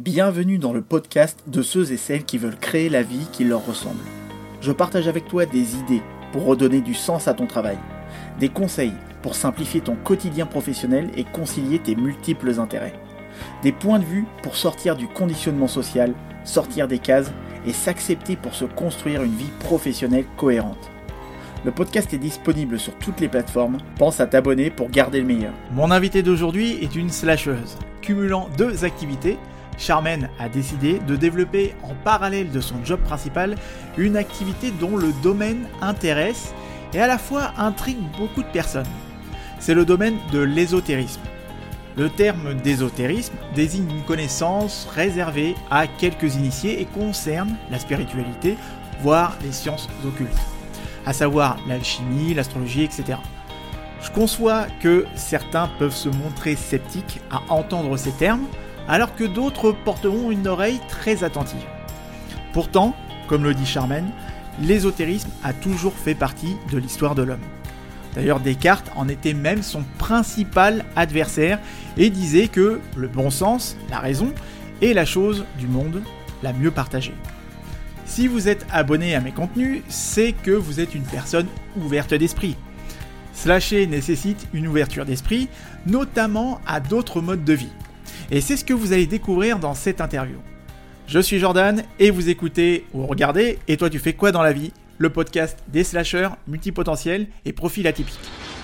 Bienvenue dans le podcast de ceux et celles qui veulent créer la vie qui leur ressemble. Je partage avec toi des idées pour redonner du sens à ton travail, des conseils pour simplifier ton quotidien professionnel et concilier tes multiples intérêts, des points de vue pour sortir du conditionnement social, sortir des cases et s'accepter pour se construire une vie professionnelle cohérente. Le podcast est disponible sur toutes les plateformes, pense à t'abonner pour garder le meilleur. Mon invité d'aujourd'hui est une slasheuse, cumulant 2 activités. Charmaine a décidé de développer en parallèle de son job principal une activité dont le domaine intéresse et à la fois intrigue beaucoup de personnes. C'est le domaine de l'ésotérisme. Le terme d'ésotérisme désigne une connaissance réservée à quelques initiés et concerne la spiritualité, voire les sciences occultes, à savoir l'alchimie, l'astrologie, etc. Je conçois que certains peuvent se montrer sceptiques à entendre ces termes, alors que d'autres porteront une oreille très attentive. Pourtant, comme le dit Charmaine, l'ésotérisme a toujours fait partie de l'histoire de l'homme. D'ailleurs, Descartes en était même son principal adversaire et disait que le bon sens, la raison, est la chose du monde la mieux partagée. Si vous êtes abonné à mes contenus, c'est que vous êtes une personne ouverte d'esprit. Slasher nécessite une ouverture d'esprit, notamment à d'autres modes de vie. Et c'est ce que vous allez découvrir dans cette interview. Je suis Jordan et vous écoutez ou regardez Et toi tu fais quoi dans la vie ? Le podcast des slashers multipotentiels et profils atypiques.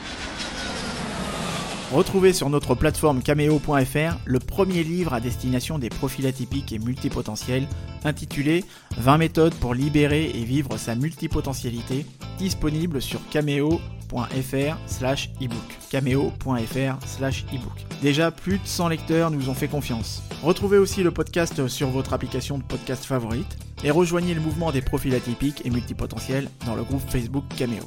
Retrouvez sur notre plateforme cameo.fr le premier livre à destination des profils atypiques et multipotentiels intitulé 20 méthodes pour libérer et vivre sa multipotentialité, disponible sur cameo.fr/ebook. cameo.fr/ebook. Déjà plus de 100 lecteurs nous ont fait confiance. Retrouvez aussi le podcast sur votre application de podcast favorite et rejoignez le mouvement des profils atypiques et multipotentiels dans le groupe Facebook Cameo.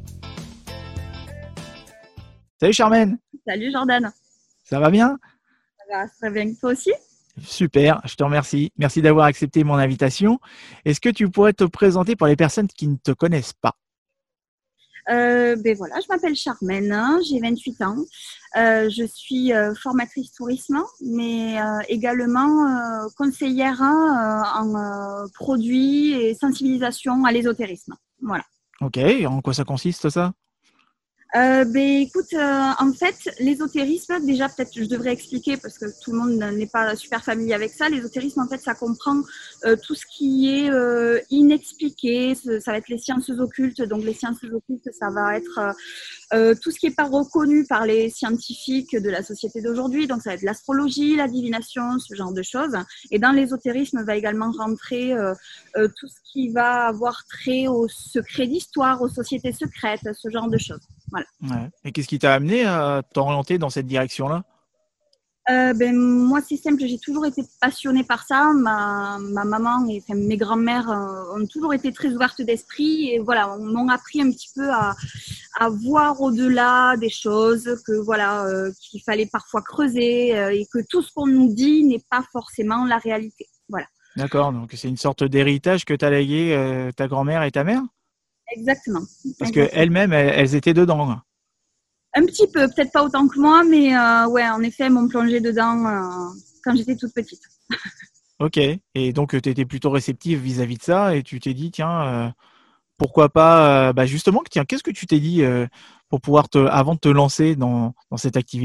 Salut Charmaine. Salut Jordan. Ça va bien ? Ça va très bien, toi aussi ? Super, je te remercie. Merci d'avoir accepté mon invitation. Est-ce que tu pourrais te présenter pour les personnes qui ne te connaissent pas ? Voilà, je m'appelle Charmaine, j'ai 28 ans. Je suis formatrice tourisme, mais également conseillère en produits et sensibilisation à l'ésotérisme. Voilà. Ok, en quoi ça consiste ça ? Écoute, en fait, l'ésotérisme, déjà peut-être je devrais expliquer parce que tout le monde n'est pas super familier avec ça. L'ésotérisme, en fait, ça comprend tout ce qui est inexpliqué. Ça va être les sciences occultes. Donc, les sciences occultes, ça va être tout ce qui n'est pas reconnu par les scientifiques de la société d'aujourd'hui. Donc, ça va être l'astrologie, la divination, ce genre de choses. Et dans l'ésotérisme, va également rentrer tout ce qui va avoir trait aux secrets d'histoire, aux sociétés secrètes, ce genre de choses. Voilà. Ouais. Et qu'est-ce qui t'a amené à t'orienter dans cette direction-là ? Moi, c'est simple, j'ai toujours été passionnée par ça. Ma maman et mes grands-mères ont toujours été très ouvertes d'esprit et voilà, m'ont appris un petit peu à voir au-delà des choses, que voilà, qu'il fallait parfois creuser et que tout ce qu'on nous dit n'est pas forcément la réalité. Voilà. D'accord, donc c'est une sorte d'héritage que t'as légué ta grand-mère et ta mère ? Exactement. Parce qu'elles-mêmes, elles étaient dedans. Un petit peu, peut-être pas autant que moi, mais ouais, en effet, elles m'ont plongée dedans quand j'étais toute petite. Ok, et donc tu étais plutôt réceptive vis-à-vis de ça et tu t'es dit, tiens, pourquoi pas, justement, tiens, qu'est-ce que tu t'es dit pour pouvoir avant de te lancer dans cette activité-là ?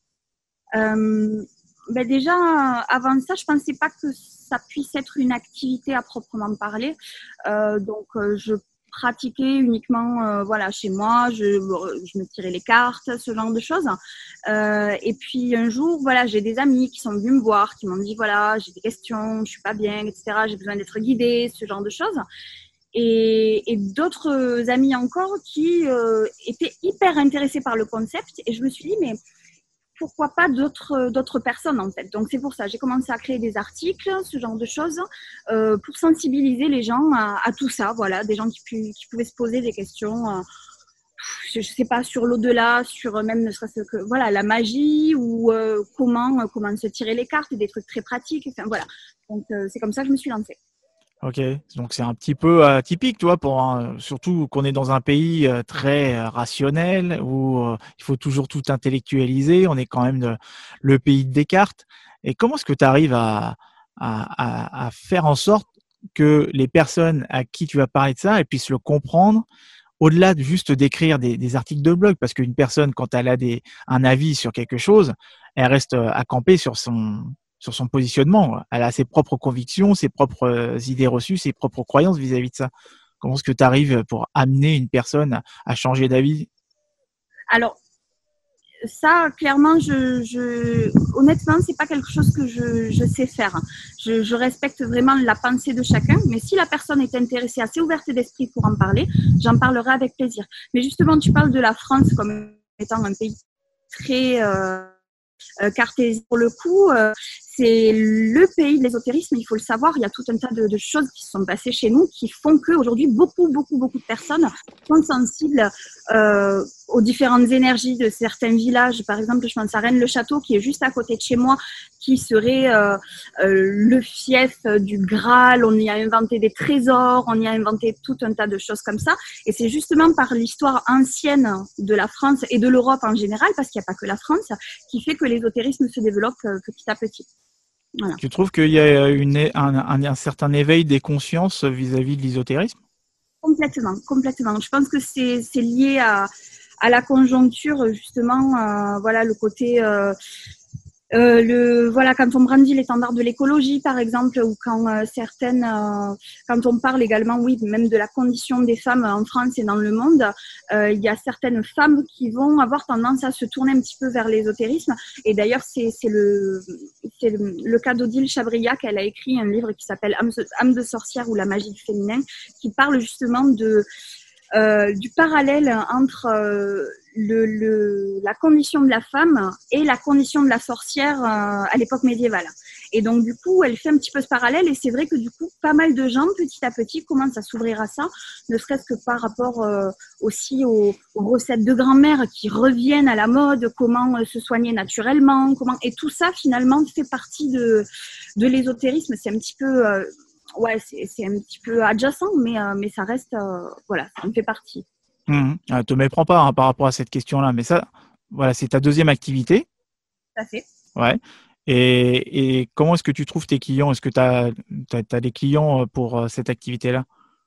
Déjà, avant ça, je pensais pas que ça puisse être une activité à proprement parler. Je pratiquais uniquement chez moi, je me tirais les cartes, ce genre de choses. Et puis un jour, voilà, j'ai des amis qui sont venus me voir, qui m'ont dit voilà, j'ai des questions, je suis pas bien, etc. J'ai besoin d'être guidée, ce genre de choses. Et d'autres amis encore qui étaient hyper intéressés par le concept. Et je me suis dit mais pourquoi pas d'autres personnes en fait. Donc c'est pour ça j'ai commencé à créer des articles, ce genre de choses, pour sensibiliser les gens à tout ça. Voilà, des gens qui pouvaient se poser des questions, je sais pas, sur l'au-delà, sur même ne serait-ce que voilà la magie ou comment se tirer les cartes, des trucs très pratiques. Enfin voilà. Donc c'est comme ça que je me suis lancée. Ok, donc c'est un petit peu atypique, toi, surtout qu'on est dans un pays très rationnel où il faut toujours tout intellectualiser. On est quand même le pays de Descartes. Et comment est-ce que tu arrives à faire en sorte que les personnes à qui tu vas parler de ça, elles puissent le comprendre au-delà de juste d'écrire des articles de blog? Parce qu'une personne, quand elle a un avis sur quelque chose, elle reste à camper sur son positionnement. Elle a ses propres convictions, ses propres idées reçues, ses propres croyances vis-à-vis de ça. Comment est-ce que tu arrives pour amener une personne à changer d'avis? Alors, ça, clairement, honnêtement, c'est pas quelque chose que je sais faire. Je respecte vraiment la pensée de chacun, mais si la personne est intéressée, assez ouverte d'esprit pour en parler, j'en parlerai avec plaisir. Mais justement, tu parles de la France comme étant un pays très cartésien. Pour le coup, c'est le pays de l'ésotérisme, il faut le savoir. Il y a tout un tas de choses qui se sont passées chez nous qui font qu'aujourd'hui, beaucoup de personnes sont sensibles aux différentes énergies de certains villages. Par exemple, je pense à Rennes-le-Château, qui est juste à côté de chez moi, qui serait le fief du Graal. On y a inventé des trésors, on y a inventé tout un tas de choses comme ça. Et c'est justement par l'histoire ancienne de la France et de l'Europe en général, parce qu'il n'y a pas que la France, qui fait que l'ésotérisme se développe petit à petit. Voilà. Tu trouves qu'il y a un certain éveil des consciences vis-à-vis de l'ésotérisme? Complètement. Je pense que c'est lié à la conjoncture, justement, voilà, le côté quand on brandit l'étendard de l'écologie, par exemple, ou quand quand on parle également, oui, même de la condition des femmes en France et dans le monde, il y a certaines femmes qui vont avoir tendance à se tourner un petit peu vers l'ésotérisme. Et d'ailleurs, c'est le cas d'Odile Chabriac. Elle a écrit un livre qui s'appelle Âme de sorcière ou la magie du féminin, qui parle justement du parallèle entre la condition de la femme et la condition de la sorcière à l'époque médiévale. Et donc, du coup, elle fait un petit peu ce parallèle. Et c'est vrai que, du coup, pas mal de gens, petit à petit, commencent à s'ouvrir à ça, ne serait-ce que par rapport aussi aux recettes de grand-mère qui reviennent à la mode, comment se soigner naturellement, et tout ça, finalement, fait partie de l'ésotérisme. C'est un petit peu... c'est un petit peu adjacent, mais ça reste, ça en fait partie. Te méprends pas par rapport à cette question-là, mais ça, voilà, c'est ta deuxième activité. Tout à fait. Ouais. Et comment est-ce que tu trouves tes clients? Est-ce que tu as des clients pour cette activité-là?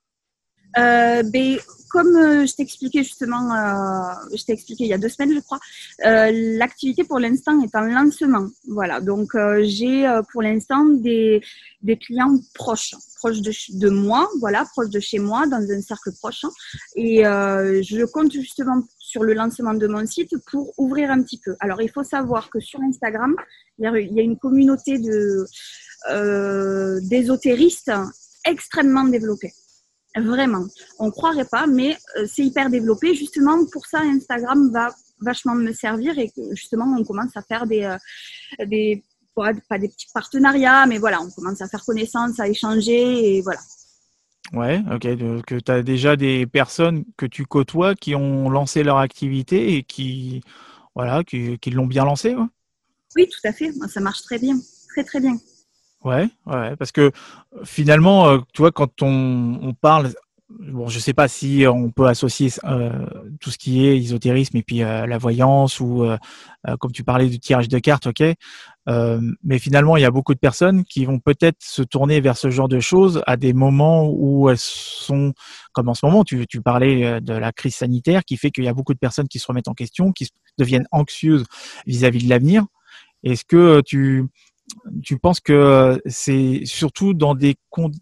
Comme je t'ai expliqué justement, il y a 2 semaines, je crois, l'activité pour l'instant est en lancement. Voilà, donc j'ai pour l'instant des clients proches de moi, voilà, proches de chez moi, dans un cercle proche. Et je compte justement sur le lancement de mon site pour ouvrir un petit peu. Alors, il faut savoir que sur Instagram, il y a une communauté d'ésotéristes extrêmement développée. Vraiment, on croirait pas, mais c'est hyper développé. Justement, pour ça, Instagram va vachement me servir et justement, on commence à faire pas des petits partenariats, mais voilà, on commence à faire connaissance, à échanger et voilà. Ouais, ok. Donc, tu as déjà des personnes que tu côtoies qui ont lancé leur activité et qui l'ont bien lancé, ouais. Oui, tout à fait. Ça marche très bien, très très bien. Ouais, parce que finalement, tu vois, quand on parle, bon, je sais pas si on peut associer tout ce qui est ésotérisme et puis la voyance ou comme tu parlais du tirage de cartes, ok. Mais finalement, il y a beaucoup de personnes qui vont peut-être se tourner vers ce genre de choses à des moments où elles sont, comme en ce moment, tu parlais de la crise sanitaire qui fait qu'il y a beaucoup de personnes qui se remettent en question, qui deviennent anxieuses vis-à-vis de l'avenir. Est-ce que tu penses que c'est surtout dans des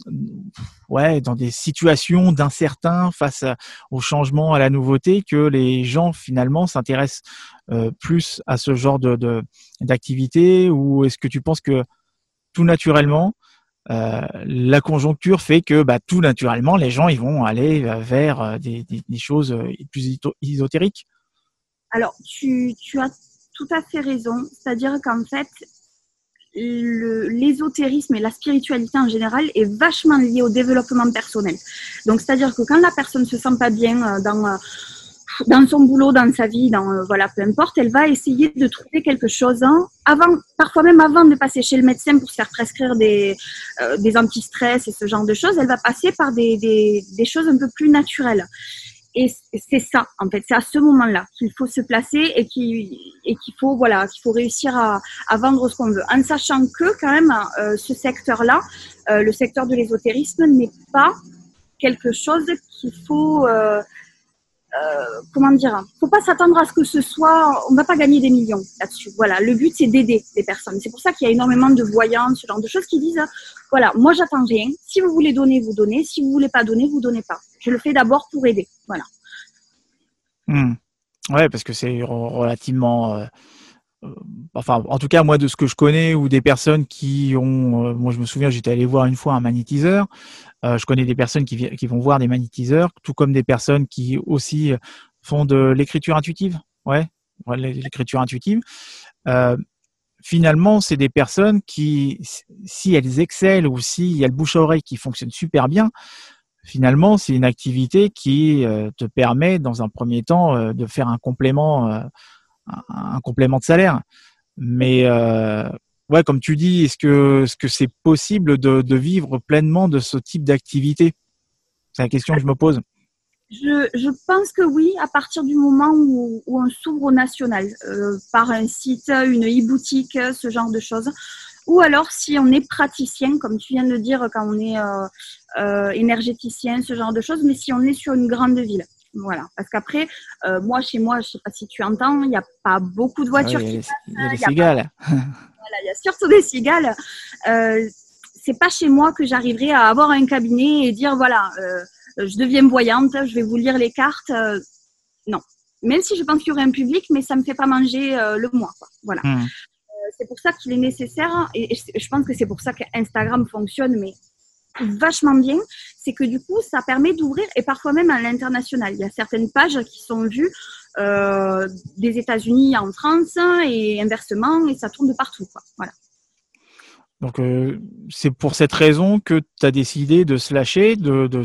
situations d'incertain face au changement, à la nouveauté, que les gens finalement s'intéressent plus à ce genre d'activité, ou est-ce que tu penses que tout naturellement la conjoncture fait que tout naturellement les gens ils vont aller vers des choses plus ésotériques? Alors tu as tout à fait raison, c'est-à-dire qu'en fait l'ésotérisme et la spiritualité en général est vachement liée au développement personnel. Donc, c'est-à-dire que quand la personne se sent pas bien dans son boulot, dans sa vie, voilà, peu importe, elle va essayer de trouver quelque chose parfois même avant de passer chez le médecin pour se faire prescrire des anti-stress et ce genre de choses, elle va passer par des choses un peu plus naturelles. Et c'est ça, en fait, c'est à ce moment-là qu'il faut se placer et qu'il faut réussir à vendre ce qu'on veut, en sachant que quand même ce secteur-là, le secteur de l'ésotérisme n'est pas quelque chose qu'il faut faut pas s'attendre à ce que ce soit, on va pas gagner des millions là-dessus. Voilà, le but c'est d'aider les personnes. C'est pour ça qu'il y a énormément de voyants, ce genre de choses qui disent voilà, moi j'attends rien. Si vous voulez donner, vous donnez. Si vous voulez pas donner, vous donnez pas. Je le fais d'abord pour aider. Voilà. Ouais, parce que c'est relativement enfin, en tout cas, moi, de ce que je connais, ou des personnes qui ont, moi, je me souviens, j'étais allé voir une fois un magnétiseur. Je connais des personnes qui vont voir des magnétiseurs, tout comme des personnes qui aussi font de l'écriture intuitive. Ouais, l'écriture intuitive. Finalement, c'est des personnes qui, si elles excellent ou s'il y a le bouche à oreille qui fonctionne super bien, finalement, c'est une activité qui te permet, dans un premier temps, de faire un complément de salaire. Mais ouais, comme tu dis, est-ce que c'est possible de vivre pleinement de ce type d'activité? C'est la question que je me pose. Je pense que oui, à partir du moment où on s'ouvre au national, par un site, une e-boutique, ce genre de choses. Ou alors, si on est praticien, comme tu viens de le dire, quand on est énergéticien, ce genre de choses, mais si on est sur une grande ville. Voilà, parce qu'après, moi, chez moi, je ne sais pas si tu entends, il n'y a pas beaucoup de voitures qui passent. Il y a des cigales. Voilà, il y a surtout des cigales. C'est pas chez moi que j'arriverai à avoir un cabinet et dire, voilà, je deviens voyante, je vais vous lire les cartes. Non. Même si je pense qu'il y aurait un public, mais ça ne me fait pas manger le mois, quoi. Voilà. C'est pour ça qu'il est nécessaire, et je pense que c'est pour ça qu'Instagram fonctionne, mais vachement bien, c'est que du coup, ça permet d'ouvrir, et parfois même à l'international. Il y a certaines pages qui sont vues des États-Unis en France, et inversement, et ça tourne de partout, quoi. Voilà. Donc, c'est pour cette raison que tu as décidé de se lâcher, de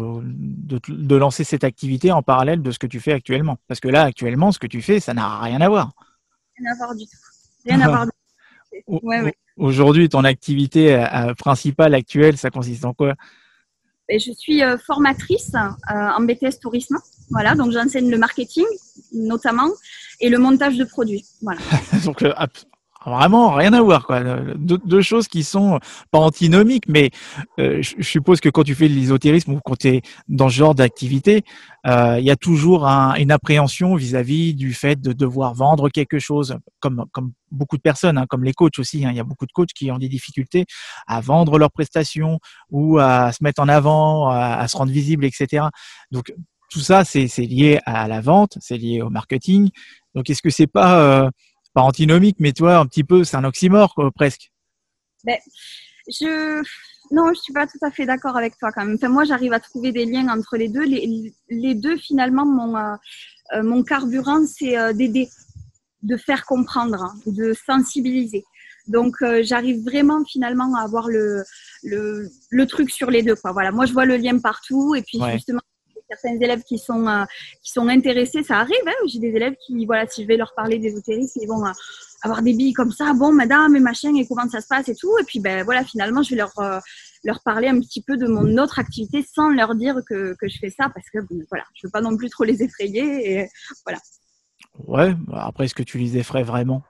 lancer cette activité en parallèle de ce que tu fais actuellement. Parce que là, actuellement, ce que tu fais, ça n'a rien à voir. Rien à voir du tout. Rien à voir du tout. Ouais. Aujourd'hui, ton activité principale actuelle, ça consiste en quoi? Je suis formatrice en BTS Tourisme. Voilà, donc j'enseigne le marketing, notamment, et le montage de produits. Voilà. Donc, vraiment rien à voir, quoi. Deux choses qui sont pas antinomiques, mais je suppose que quand tu fais de l'ésotérisme ou quand tu es dans ce genre d'activité, il y a toujours une appréhension vis-à-vis du fait de devoir vendre quelque chose, comme beaucoup de personnes, hein, comme les coachs aussi. Hein, il y a beaucoup de coachs qui ont des difficultés à vendre leurs prestations ou à se mettre en avant, à se rendre visible, etc. Donc tout ça, c'est lié à la vente, c'est lié au marketing. Donc est-ce que c'est pas antinomique, mais toi, un petit peu, c'est un oxymore, quoi, presque. Non, je suis pas tout à fait d'accord avec toi quand même. Enfin, moi, j'arrive à trouver des liens entre les deux. Les deux, finalement, mon carburant, c'est d'aider, de faire comprendre, hein, de sensibiliser. Donc, j'arrive vraiment finalement à avoir le truc sur les deux, quoi. Voilà, moi, je vois le lien partout, et puis justement, certains élèves qui sont intéressés, ça arrive. Hein. J'ai des élèves qui, voilà, si je vais leur parler d'ésotérisme, ils vont avoir des billes comme ça. Bon, madame, et machin, et comment ça se passe et tout. Et puis, voilà, finalement, je vais leur parler un petit peu de mon autre activité sans leur dire que je fais ça, parce que, voilà, je veux pas non plus trop les effrayer. Et voilà. Ouais. Après, est-ce que tu les effraies vraiment?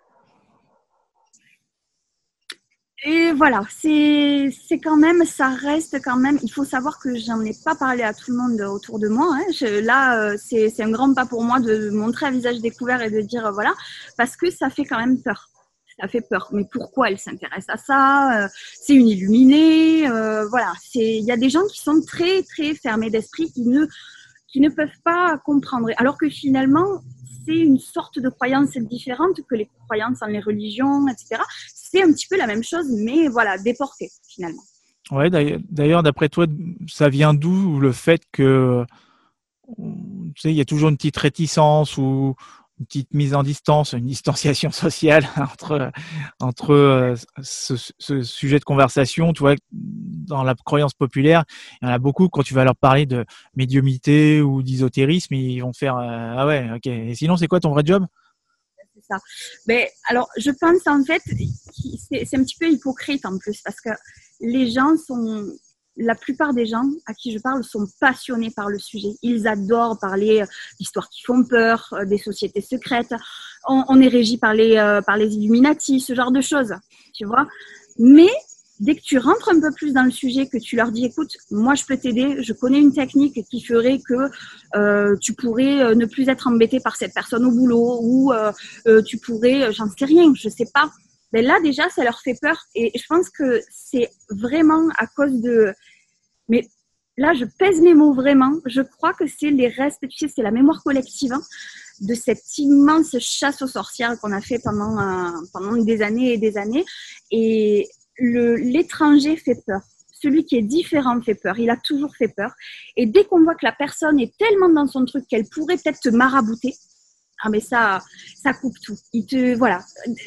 Et voilà, c'est quand même, ça reste quand même, il faut savoir que j'en ai pas parlé à tout le monde autour de moi. Hein. C'est un grand pas pour moi de montrer à visage découvert et de dire voilà, parce que ça fait quand même peur. Ça fait peur. Mais pourquoi elle s'intéresse à ça? C'est une illuminée. Voilà, il y a des gens qui sont très, très fermés d'esprit, qui ne peuvent pas comprendre. Alors que finalement, c'est une sorte de croyance différente que les croyances en les religions, etc. C'est un petit peu la même chose, mais voilà, déportée finalement. Ouais, d'ailleurs, d'après toi, ça vient d'où le fait que, tu sais, il y a toujours une petite réticence ou une petite mise en distance, une distanciation sociale entre ce sujet de conversation, tu vois, dans la croyance populaire, il y en a beaucoup quand tu vas leur parler de médiumnité ou d'ésotérisme, ils vont te faire ah ouais, ok. Et sinon, c'est quoi ton vrai job? C'est ça. Mais alors, je pense en fait, c'est un petit peu hypocrite en plus, parce que les gens sont, la plupart des gens à qui je parle sont passionnés par le sujet. Ils adorent parler d'histoires qui font peur, des sociétés secrètes. On est régi par les Illuminati, ce genre de choses, tu vois. Mais dès que tu rentres un peu plus dans le sujet, que tu leur dis, écoute, moi je peux t'aider, je connais une technique qui ferait que tu pourrais ne plus être embêté par cette personne au boulot, ou tu pourrais, j'en sais rien, je sais pas. Mais là déjà, ça leur fait peur. Et je pense que c'est vraiment à cause de... Mais là, je pèse mes mots vraiment. Je crois que c'est les restes, tu sais, c'est la mémoire collective, hein, de cette immense chasse aux sorcières qu'on a fait pendant des années et des années. Et l'étranger fait peur. Celui qui est différent fait peur. Il a toujours fait peur. Et dès qu'on voit que la personne est tellement dans son truc qu'elle pourrait peut-être te marabouter, ah mais ça coupe tout. Voilà.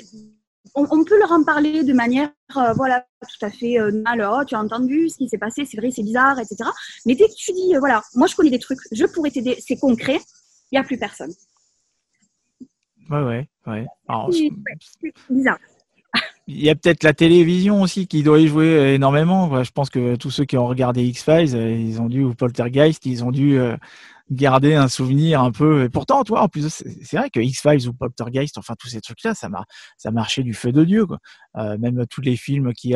On peut leur en parler de manière, voilà, tout à fait normale. Oh, tu as entendu ce qui s'est passé, c'est vrai, c'est bizarre, etc. Mais dès que tu dis, voilà, moi je connais des trucs, je pourrais t'aider, c'est concret, il n'y a plus personne. Ouais. Alors, c'est bizarre. il y a peut-être la télévision aussi qui doit y jouer énormément, quoi. Je pense que tous ceux qui ont regardé X-Files, ils ont dû, ou Poltergeist, ils ont dû garder un souvenir un peu. Et pourtant, toi, en plus, c'est vrai que X-Files ou Poltergeist, enfin tous ces trucs-là, ça marchait du feu de Dieu, quoi. Même tous les films qu'il y a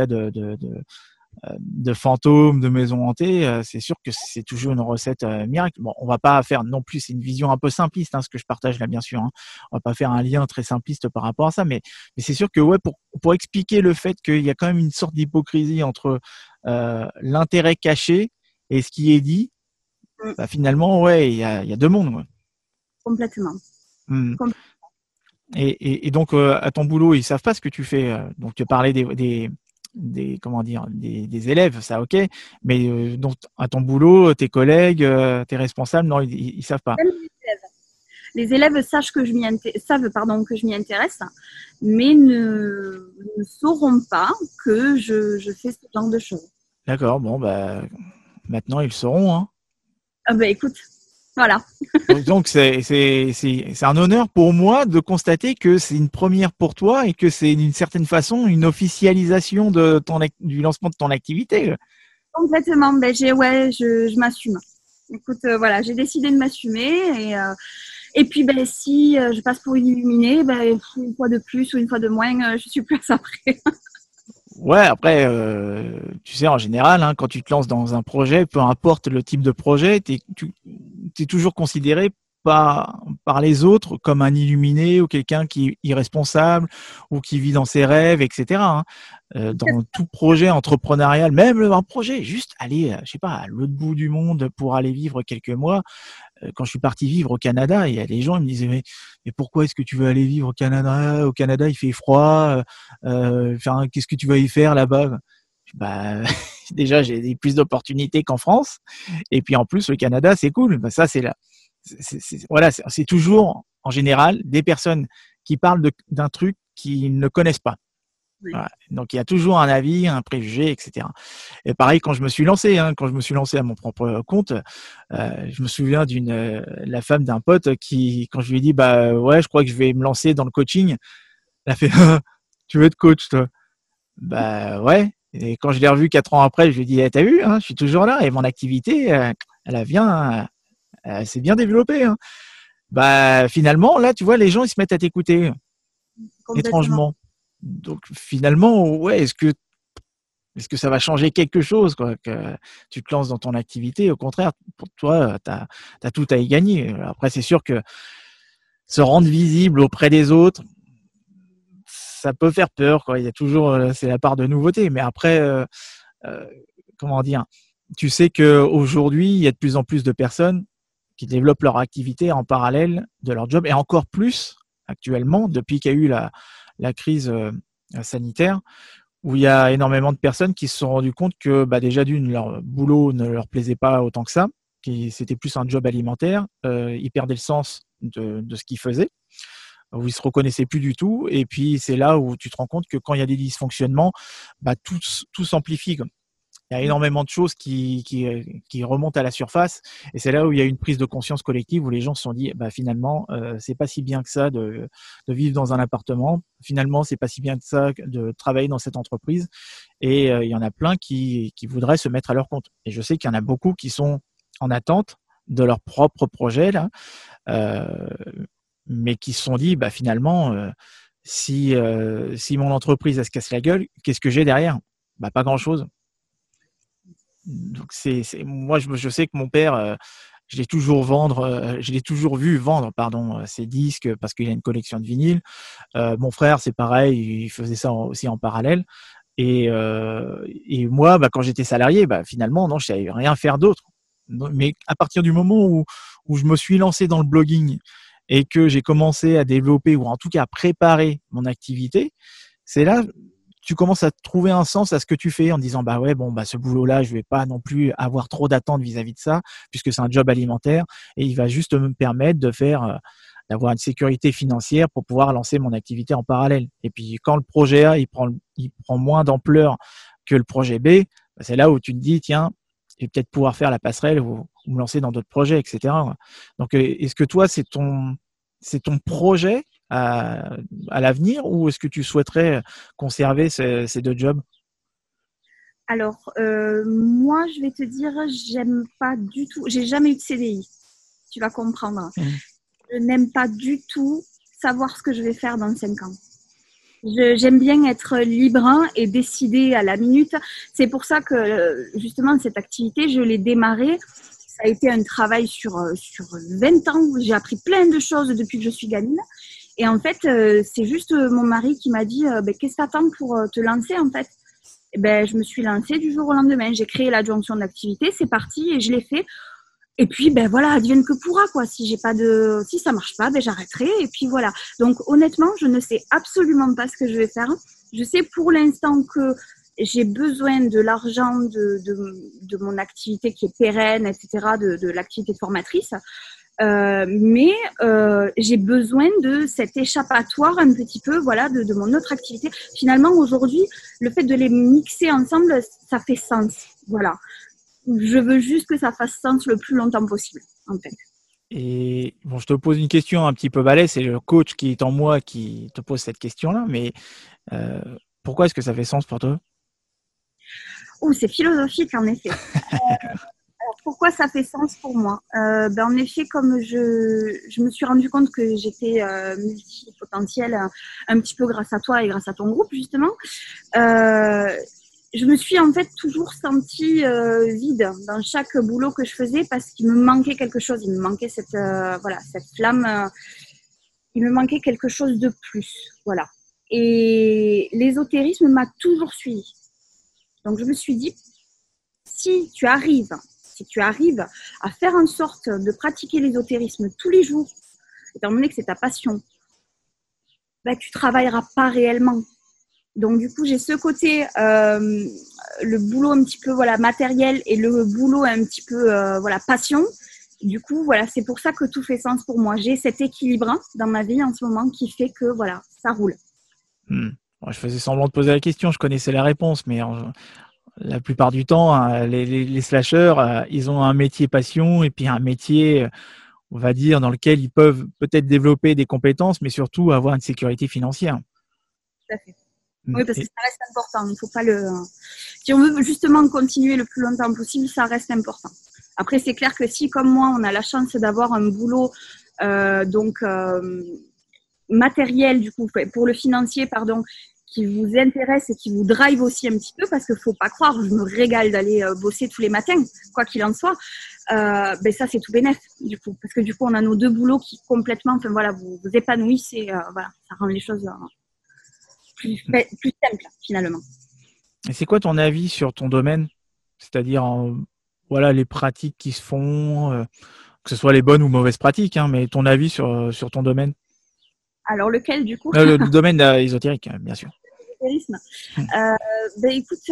de fantômes, de maisons hantées, c'est sûr que c'est toujours une recette miracle. Bon, on va pas faire non plus, c'est une vision un peu simpliste, hein, ce que je partage là, bien sûr. Hein. On va pas faire un lien très simpliste par rapport à ça, mais c'est sûr que ouais, pour expliquer le fait qu'il y a quand même une sorte d'hypocrisie entre l'intérêt caché et ce qui est dit, bah, finalement, ouais, il y a deux mondes. Ouais. Complètement. Et donc, à ton boulot, ils savent pas ce que tu fais. Donc, tu parlais des élèves, ça ok, mais donc à ton boulot, tes collègues, tes responsables, non, ils savent pas. Même les élèves savent que je m'y intéresse, mais ne sauront pas que je fais ce genre de choses. D'accord, bon bah maintenant ils le sauront. Hein. Ah bah écoute, voilà. Donc c'est un honneur pour moi de constater que c'est une première pour toi et que c'est d'une certaine façon une officialisation du lancement de ton activité. Complètement. Ben je m'assume. Écoute, voilà, j'ai décidé de m'assumer et puis ben si je passe pour une illuminée, ben une fois de plus ou une fois de moins, je suis plus après. Ouais, après, tu sais, en général, hein, quand tu te lances dans un projet, peu importe le type de projet, tu es toujours considéré par les autres comme un illuminé ou quelqu'un qui est irresponsable ou qui vit dans ses rêves, etc. Hein. Dans tout projet entrepreneurial, même un projet, juste aller, je sais pas, à l'autre bout du monde pour aller vivre quelques mois. Quand je suis parti vivre au Canada, il y a des gens qui me disaient mais pourquoi est-ce que tu veux aller vivre au Canada? Au Canada, il fait froid. Qu'est-ce que tu vas y faire là-bas? Bah, déjà, j'ai plus d'opportunités qu'en France. Et puis en plus, le Canada, c'est cool. Bah, ça, c'est toujours en général des personnes qui parlent d'un truc qu'ils ne connaissent pas. Oui. Voilà. Donc il y a toujours un avis, un préjugé, etc. Et pareil quand je me suis lancé, à mon propre compte, je me souviens la femme d'un pote qui, quand je lui ai dit bah ouais, je crois que je vais me lancer dans le coaching, elle a fait tu veux être coach toi? Bah ouais. Et quand je l'ai revu 4 ans après, je lui ai dit t'as vu, hein, je suis toujours là et mon activité, elle s'est bien développée. Hein. Bah finalement là, tu vois, les gens ils se mettent à t'écouter étrangement. Donc finalement, ouais, est-ce que ça va changer quelque chose, quoi, que tu te lances dans ton activité? Au contraire, pour toi, tu as tout à y gagner. Après, c'est sûr que se rendre visible auprès des autres, ça peut faire peur, quoi. Il y a toujours, c'est la part de nouveauté. Mais après, comment dire, tu sais qu'aujourd'hui, il y a de plus en plus de personnes qui développent leur activité en parallèle de leur job, et encore plus actuellement, depuis qu'il y a eu la crise sanitaire, où il y a énormément de personnes qui se sont rendues compte que déjà d'une, leur boulot ne leur plaisait pas autant que ça, c'était plus un job alimentaire, ils perdaient le sens de ce qu'ils faisaient, où ils se reconnaissaient plus du tout, et puis c'est là où tu te rends compte que quand il y a des dysfonctionnements, tout s'amplifie. Il y a énormément de choses qui remontent à la surface, et c'est là où il y a une prise de conscience collective où les gens se sont dit finalement c'est pas si bien que ça de vivre dans un appartement, finalement c'est pas si bien que ça de travailler dans cette entreprise, et il y en a plein qui voudraient se mettre à leur compte. Et je sais qu'il y en a beaucoup qui sont en attente de leur propre projet là, mais qui se sont dit finalement si mon entreprise elle se casse la gueule, qu'est-ce que j'ai derrière? Pas grand-chose. Donc moi je sais que mon père je l'ai toujours vu vendre ses disques parce qu'il a une collection de vinyles. Mon frère c'est pareil, il faisait ça aussi en parallèle, et moi quand j'étais salarié finalement non, je savais rien faire d'autre. Mais à partir du moment où je me suis lancé dans le blogging et que j'ai commencé à développer, ou en tout cas à préparer mon activité, c'est là tu commences à trouver un sens à ce que tu fais en disant ce boulot-là, je vais pas non plus avoir trop d'attentes vis-à-vis de ça, puisque c'est un job alimentaire et il va juste me permettre d'avoir une sécurité financière pour pouvoir lancer mon activité en parallèle. Et puis quand le projet A il prend moins d'ampleur que le projet B, c'est là où tu te dis tiens, je vais peut-être pouvoir faire la passerelle ou me lancer dans d'autres projets, etc. Donc est-ce que toi c'est ton projet à l'avenir, ou est-ce que tu souhaiterais conserver ces deux jobs? Alors, moi, je vais te dire, j'aime pas du tout. J'ai jamais eu de CDI. Tu vas comprendre. Je n'aime pas du tout savoir ce que je vais faire dans 5 ans. J'aime bien être libre et décider à la minute. C'est pour ça que, justement, cette activité, je l'ai démarrée. Ça a été un travail sur 20 ans. J'ai appris plein de choses depuis que je suis gamine. Et en fait, c'est juste mon mari qui m'a dit qu'est-ce que t'attends pour te lancer en fait? Et je me suis lancée du jour au lendemain. J'ai créé l'adjonction d'activité, c'est parti et je l'ai fait. Et puis voilà, advienne que pourra quoi. Si ça marche pas, j'arrêterai. Et puis voilà. Donc honnêtement, je ne sais absolument pas ce que je vais faire. Je sais pour l'instant que j'ai besoin de l'argent de mon activité qui est pérenne, etc., de l'activité de formatrice. Mais j'ai besoin de cet échappatoire un petit peu de mon autre activité. Finalement, aujourd'hui, le fait de les mixer ensemble, ça fait sens. Voilà. Je veux juste que ça fasse sens le plus longtemps possible, en fait. Et bon, je te pose une question un petit peu balèze, c'est le coach qui est en moi qui te pose cette question-là, mais pourquoi est-ce que ça fait sens pour toi? C'est philosophique, en effet. Pourquoi ça fait sens pour moi? En effet, comme je me suis rendu compte que j'étais multipotentielle un petit peu grâce à toi et grâce à ton groupe, justement, je me suis en fait toujours sentie vide dans chaque boulot que je faisais parce qu'il me manquait quelque chose. Il me manquait cette flamme. Il me manquait quelque chose de plus. Voilà. Et l'ésotérisme m'a toujours suivie. Donc, je me suis dit, si tu arrives à faire en sorte de pratiquer l'ésotérisme tous les jours, étant donné que c'est ta passion, tu travailleras pas réellement. Donc du coup, j'ai ce côté, le boulot un petit peu matériel et le boulot un petit peu passion. Du coup, c'est pour ça que tout fait sens pour moi. J'ai cet équilibre dans ma vie en ce moment qui fait que ça roule. Je faisais semblant de poser la question, je connaissais la réponse, mais la plupart du temps, les slasheurs, ils ont un métier passion et puis un métier, on va dire, dans lequel ils peuvent peut-être développer des compétences, mais surtout avoir une sécurité financière. Tout à fait. Oui, parce que ça reste important. Il faut pas si on veut justement continuer le plus longtemps possible, ça reste important. Après, c'est clair que si, comme moi, on a la chance d'avoir un boulot matériel, du coup, pour le financier, pardon, qui vous intéresse et qui vous drive aussi un petit peu, parce qu'il ne faut pas croire, je me régale d'aller bosser tous les matins, quoi qu'il en soit. Ça, c'est tout bénef, du coup. Parce que du coup, on a nos deux boulots qui complètement, vous épanouissent et ça rend les choses plus simples, finalement. Et c'est quoi ton avis sur ton domaine? C'est-à-dire, les pratiques qui se font, que ce soit les bonnes ou mauvaises pratiques, mais ton avis sur ton domaine? Alors, lequel, du coup? Le domaine ésotérique, bien sûr. L'ésotérisme. Écoute,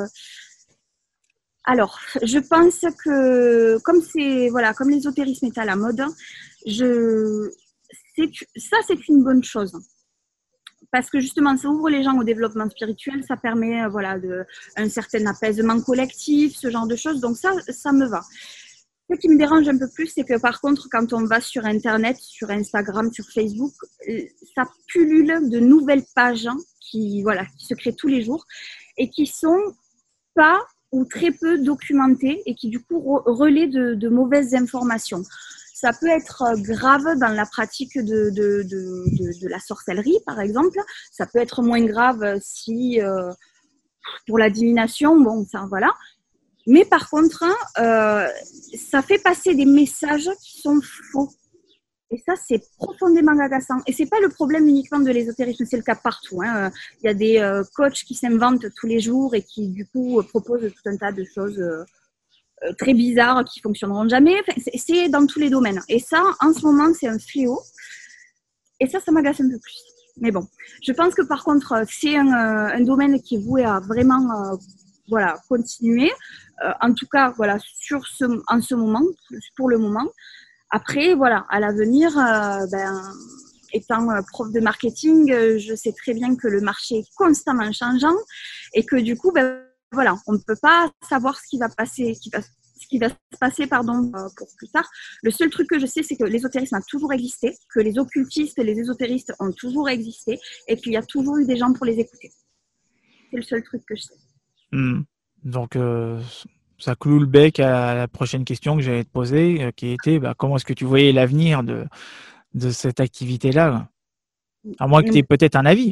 alors, je pense que comme l'ésotérisme est à la mode, c'est une bonne chose. parce que justement, ça ouvre les gens au développement spirituel, ça permet un certain apaisement collectif, ce genre de choses. Donc ça me va. Ce qui me dérange un peu plus, c'est que par contre, quand on va sur Internet, sur Instagram, sur Facebook, ça pullule de nouvelles pages qui se créent tous les jours et qui sont pas ou très peu documentées et qui du coup relaient de mauvaises informations. Ça peut être grave dans la pratique de la sorcellerie, par exemple. Ça peut être moins grave si pour la divination, bon, ça voilà. Mais par contre, ça fait passer des messages qui sont faux. Et ça, c'est profondément agaçant. Et c'est pas le problème uniquement de l'ésotérisme, c'est le cas partout. Il y a des coachs qui s'inventent tous les jours et qui, du coup, proposent tout un tas de choses très bizarres qui fonctionneront jamais. Enfin, c'est dans tous les domaines. Et ça, en ce moment, c'est un fléau. Et ça m'agace un peu plus. Mais bon, je pense que par contre, c'est un domaine qui est voué à vraiment continuer. En tout cas, en ce moment, pour le moment. Après, à l'avenir, étant prof de marketing, je sais très bien que le marché est constamment changeant et que du coup, on ne peut pas savoir ce qui va se passer pour plus tard. Le seul truc que je sais, c'est que l'ésotérisme a toujours existé, que les occultistes et les ésotéristes ont toujours existé et qu'il y a toujours eu des gens pour les écouter. C'est le seul truc que je sais. Donc, ça cloue le bec à la prochaine question que j'allais te poser, qui était comment est-ce que tu voyais l'avenir de cette activité-là, à moins que tu aies peut-être un avis.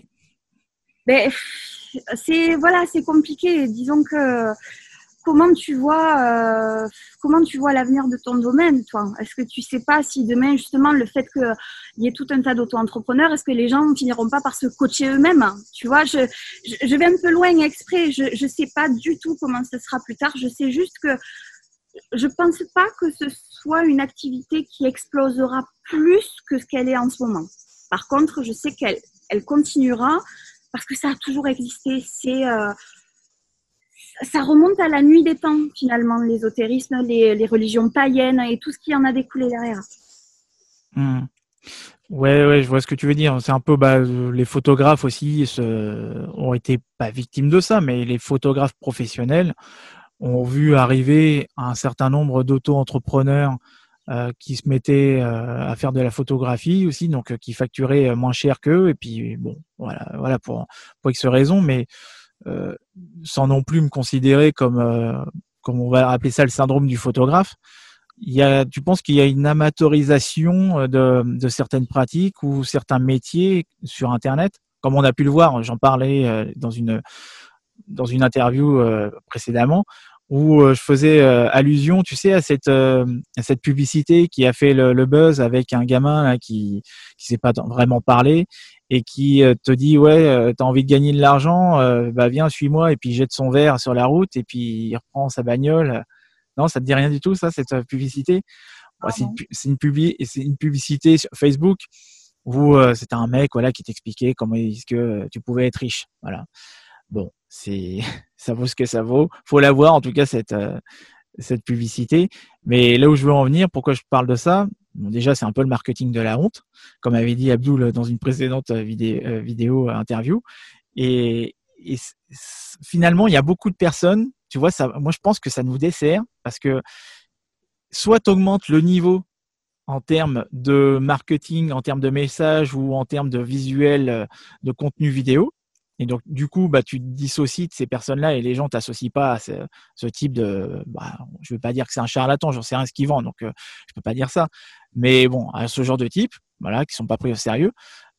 C'est compliqué. Disons que comment tu vois l'avenir de ton domaine, toi? Est-ce que tu sais pas si demain, justement, le fait qu'il y ait tout un tas d'auto-entrepreneurs, est-ce que les gens finiront pas par se coacher eux-mêmes? Tu vois, je vais un peu loin exprès. Je sais pas du tout comment ce sera plus tard. Je sais juste que je pense pas que ce soit une activité qui explosera plus que ce qu'elle est en ce moment. Par contre, je sais qu'elle continuera parce que ça a toujours existé. Ça remonte à la nuit des temps, finalement, l'ésotérisme, les religions païennes et tout ce qui en a découlé derrière. Ouais, je vois ce que tu veux dire. C'est un peu, les photographes aussi ont été pas victimes de ça, mais les photographes professionnels ont vu arriver un certain nombre d'auto-entrepreneurs qui se mettaient à faire de la photographie aussi, donc qui facturaient moins cher qu'eux. Et puis bon, voilà pour X raisons, mais sans non plus me considérer comme on va appeler ça le syndrome du photographe. Tu penses qu'il y a une amateurisation de certaines pratiques ou certains métiers sur Internet, comme on a pu le voir, j'en parlais dans une interview précédemment, où je faisais allusion, tu sais, à cette publicité qui a fait le buzz avec un gamin là, qui sait pas vraiment parler et qui te dit t'as envie de gagner de l'argent, viens, suis-moi, et puis il jette son verre sur la route et puis il reprend sa bagnole. Non, ça te dit rien du tout, ça, cette publicité? C'est une publicité sur Facebook où c'était un mec qui t'expliquait comment est-ce que tu pouvais être riche. Voilà. Bon, ça vaut ce que ça vaut. Faut la voir, en tout cas, cette publicité. Mais là où je veux en venir, pourquoi je parle de ça? Bon, déjà, c'est un peu le marketing de la honte, comme avait dit Abdoul dans une précédente vidéo interview. Et finalement, il y a beaucoup de personnes, tu vois, moi je pense que ça nous dessert parce que soit tu augmentes le niveau en termes de marketing, en termes de messages ou en termes de visuel, de contenu vidéo. Et donc, du coup, tu te dissocies de ces personnes-là et les gens t'associent pas à ce type de… je veux pas dire que c'est un charlatan, j'en sais rien ce qu'ils vendent, donc je peux pas dire ça. Mais bon, à ce genre de type, qui sont pas pris au sérieux.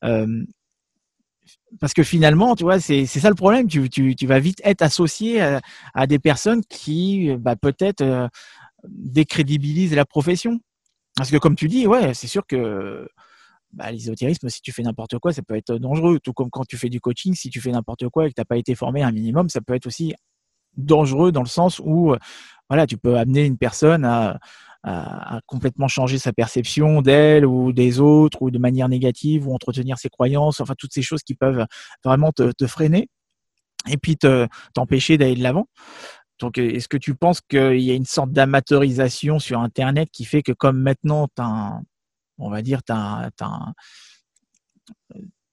Parce que finalement, tu vois, c'est ça le problème. Tu vas vite être associé à des personnes qui peut-être décrédibilisent la profession. Parce que comme tu dis, c'est sûr que l'ésotérisme, si tu fais n'importe quoi, ça peut être dangereux. Tout comme quand tu fais du coaching, si tu fais n'importe quoi et que tu n'as pas été formé un minimum, ça peut être aussi dangereux dans le sens où tu peux amener une personne à complètement changer sa perception d'elle ou des autres ou de manière négative ou entretenir ses croyances, enfin toutes ces choses qui peuvent vraiment te freiner et puis t'empêcher d'aller de l'avant. Donc, est-ce que tu penses qu'il y a une sorte d'amateurisation sur Internet qui fait que comme maintenant, t'as